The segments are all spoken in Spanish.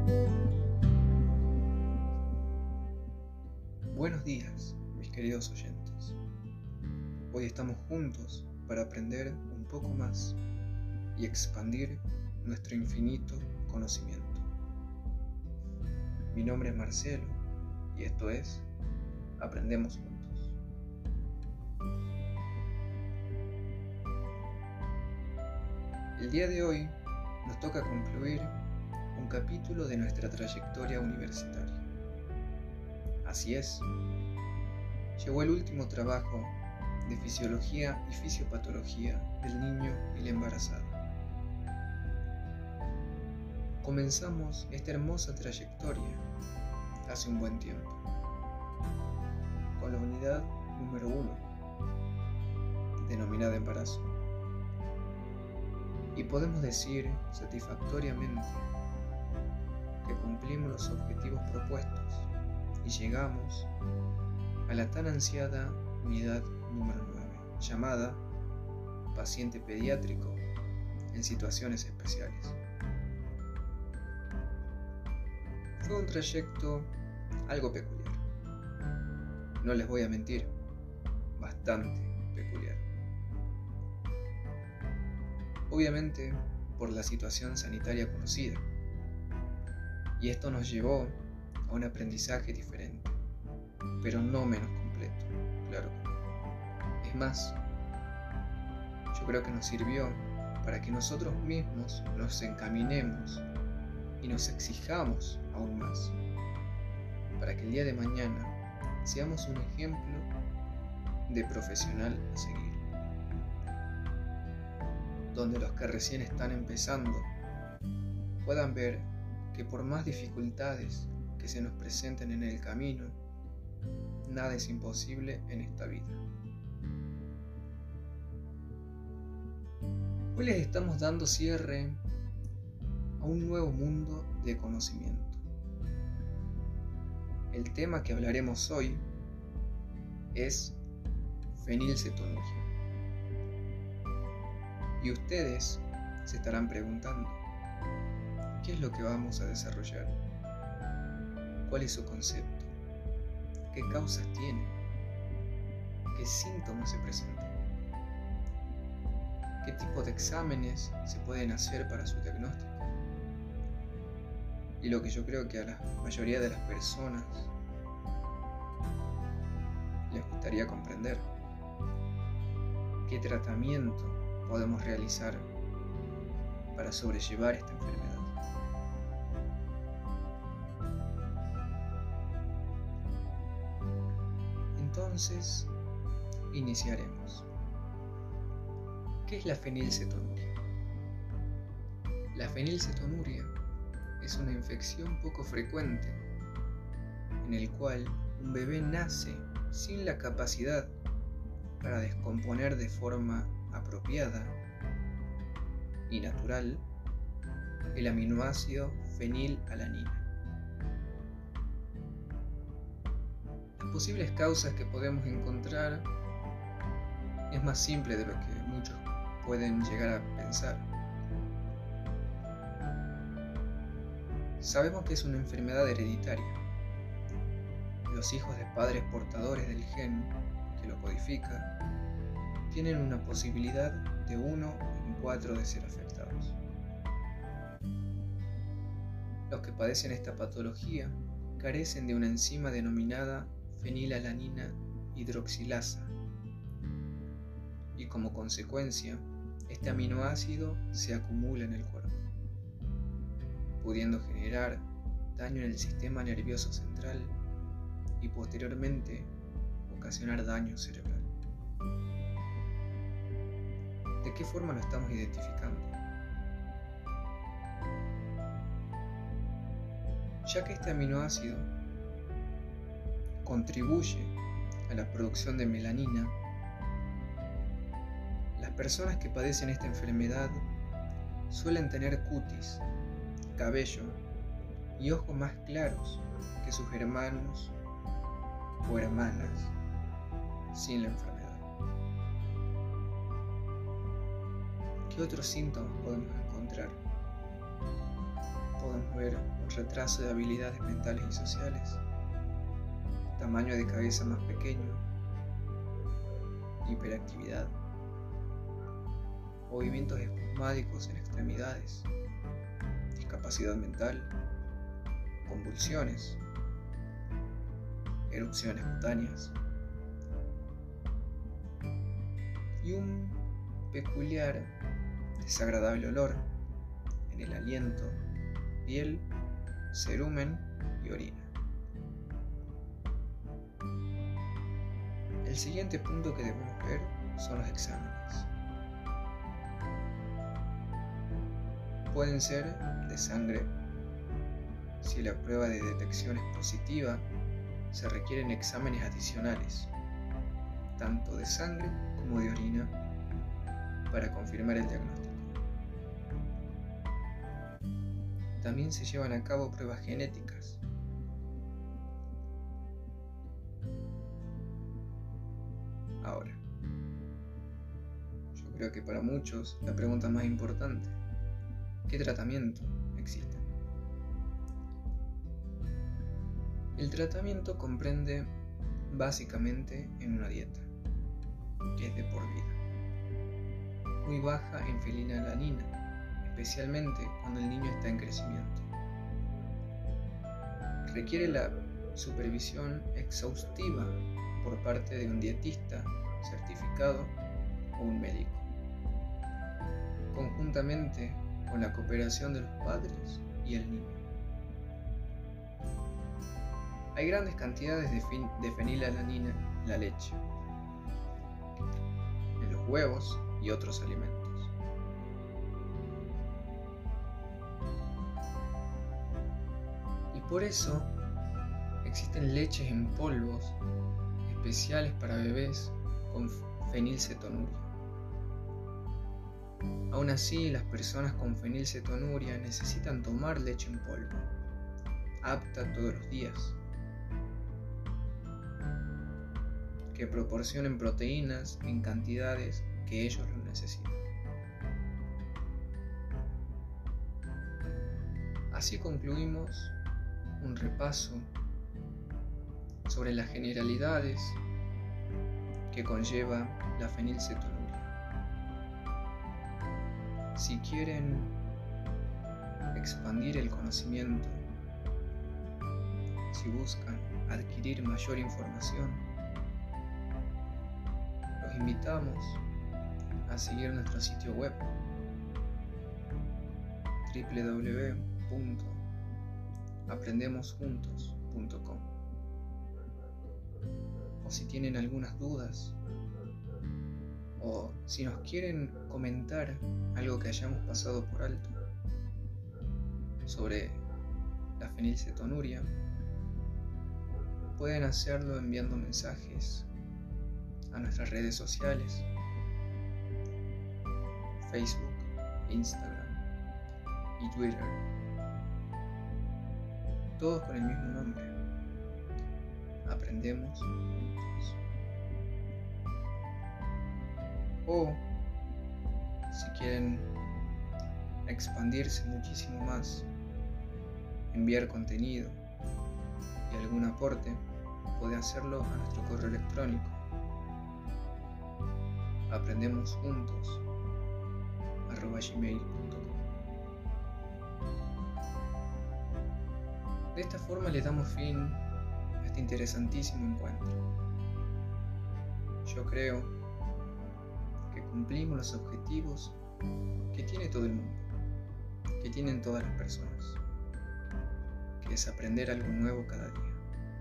Buenos días, mis queridos oyentes. Hoy estamos juntos para aprender un poco más y expandir nuestro infinito conocimiento. Mi nombre es Marcelo y esto es Aprendemos Juntos. El día de hoy nos toca concluir un capítulo de nuestra trayectoria universitaria. Así es, llegó el último trabajo de fisiología y fisiopatología del niño y la embarazada. Comenzamos esta hermosa trayectoria hace un buen tiempo, con la unidad número 1, denominada embarazo. Y podemos decir satisfactoriamente que cumplimos los objetivos propuestos y llegamos a la tan ansiada unidad número 9, llamada paciente pediátrico en situaciones especiales. Fue un trayecto algo peculiar. No les voy a mentir, bastante peculiar. Obviamente por la situación sanitaria conocida. Y esto nos llevó a un aprendizaje diferente, pero no menos completo, claro. Es más, yo creo que nos sirvió para que nosotros mismos nos encaminemos y nos exijamos aún más, para que el día de mañana seamos un ejemplo de profesional a seguir, donde los que recién están empezando puedan ver que por más dificultades que se nos presenten en el camino, nada es imposible en esta vida. Hoy les estamos dando cierre a un nuevo mundo de conocimiento. El tema que hablaremos hoy es fenilcetonuria. Y ustedes se estarán preguntando, ¿qué es lo que vamos a desarrollar? ¿Cuál es su concepto? ¿Qué causas tiene? ¿Qué síntomas se presentan? ¿Qué tipo de exámenes se pueden hacer para su diagnóstico? Y lo que yo creo que a la mayoría de las personas les gustaría comprender, ¿qué tratamiento podemos realizar para sobrellevar esta enfermedad? Entonces, iniciaremos. ¿Qué es la fenilcetonuria? La fenilcetonuria es una infección poco frecuente en el cual un bebé nace sin la capacidad para descomponer de forma apropiada y natural el aminoácido fenilalanina. Las posibles causas que podemos encontrar es más simple de lo que muchos pueden llegar a pensar. Sabemos que es una enfermedad hereditaria. Los hijos de padres portadores del gen que lo codifica tienen una posibilidad de 1 en 4 de ser afectados. Los que padecen esta patología carecen de una enzima denominada fenilalanina hidroxilasa y como consecuencia este aminoácido se acumula en el cuerpo, pudiendo generar daño en el sistema nervioso central y posteriormente ocasionar daño cerebral. ¿De qué forma lo estamos identificando? Ya que este aminoácido contribuye a la producción de melanina, las personas que padecen esta enfermedad suelen tener cutis, cabello y ojos más claros que sus hermanos o hermanas sin la enfermedad. ¿Qué otros síntomas podemos encontrar? Podemos ver un retraso de habilidades mentales y sociales, tamaño de cabeza más pequeño, hiperactividad, movimientos espasmódicos en extremidades, discapacidad mental, convulsiones, erupciones cutáneas y un peculiar desagradable olor en el aliento, piel, cerumen y orina. El siguiente punto que debemos ver son los exámenes. Pueden ser de sangre. Si la prueba de detección es positiva, se requieren exámenes adicionales, tanto de sangre como de orina, para confirmar el diagnóstico. También se llevan a cabo pruebas genéticas. Ahora, yo creo que para muchos la pregunta más importante: ¿qué tratamiento existe? El tratamiento comprende básicamente en una dieta, que es de por vida, muy baja en fenilalanina, especialmente cuando el niño está en crecimiento. Requiere la supervisión exhaustiva por parte de un dietista certificado o un médico, conjuntamente con la cooperación de los padres y el niño. Hay grandes cantidades de fenilalanina en la leche, en los huevos y otros alimentos. Y por eso existen leches en polvos especiales para bebés con fenilcetonuria. Aún así, las personas con fenilcetonuria necesitan tomar leche en polvo, apta todos los días, que proporcionen proteínas en cantidades que ellos lo necesitan. Así concluimos un repaso sobre las generalidades que conlleva la fenilcetonuria. Si quieren expandir el conocimiento, si buscan adquirir mayor información, los invitamos a seguir nuestro sitio web www.aprendemosjuntos.com. O si tienen algunas dudas, o si nos quieren comentar algo que hayamos pasado por alto sobre la fenilcetonuria, pueden hacerlo enviando mensajes a nuestras redes sociales: Facebook, Instagram y Twitter, todos con el mismo nombre: Aprendemos Juntos. O si quieren expandirse muchísimo más, enviar contenido y algún aporte, puede hacerlo a nuestro correo electrónico aprendemosjuntos@gmail.com. De esta forma le damos fin a este interesantísimo encuentro. Yo creo que cumplimos los objetivos que tiene todo el mundo, que tienen todas las personas, que es aprender algo nuevo cada día.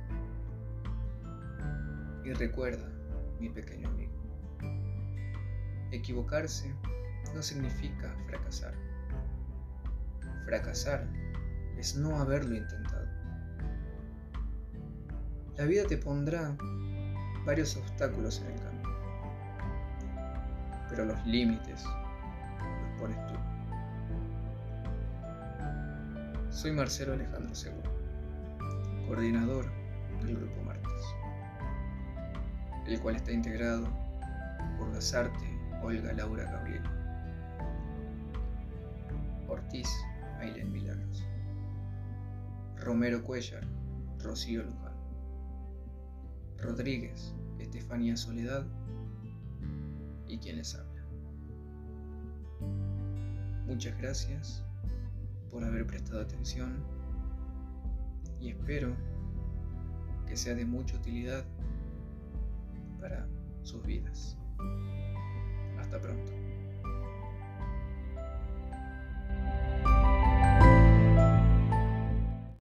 Y recuerda, mi pequeño amigo, equivocarse no significa fracasar. Fracasar es no haberlo intentado. La vida te pondrá varios obstáculos en el camino, pero los límites los pones tú. Soy Marcelo Alejandro Seguro, coordinador del Grupo Martes, el cual está integrado por Lazarte Olga Laura Gabriel, Ortiz Ailén Milagros, Romero Cuellar, Rocío Luján. Rodríguez, Estefanía Soledad y quien les habla. Muchas gracias por haber prestado atención y espero que sea de mucha utilidad para sus vidas. Hasta pronto.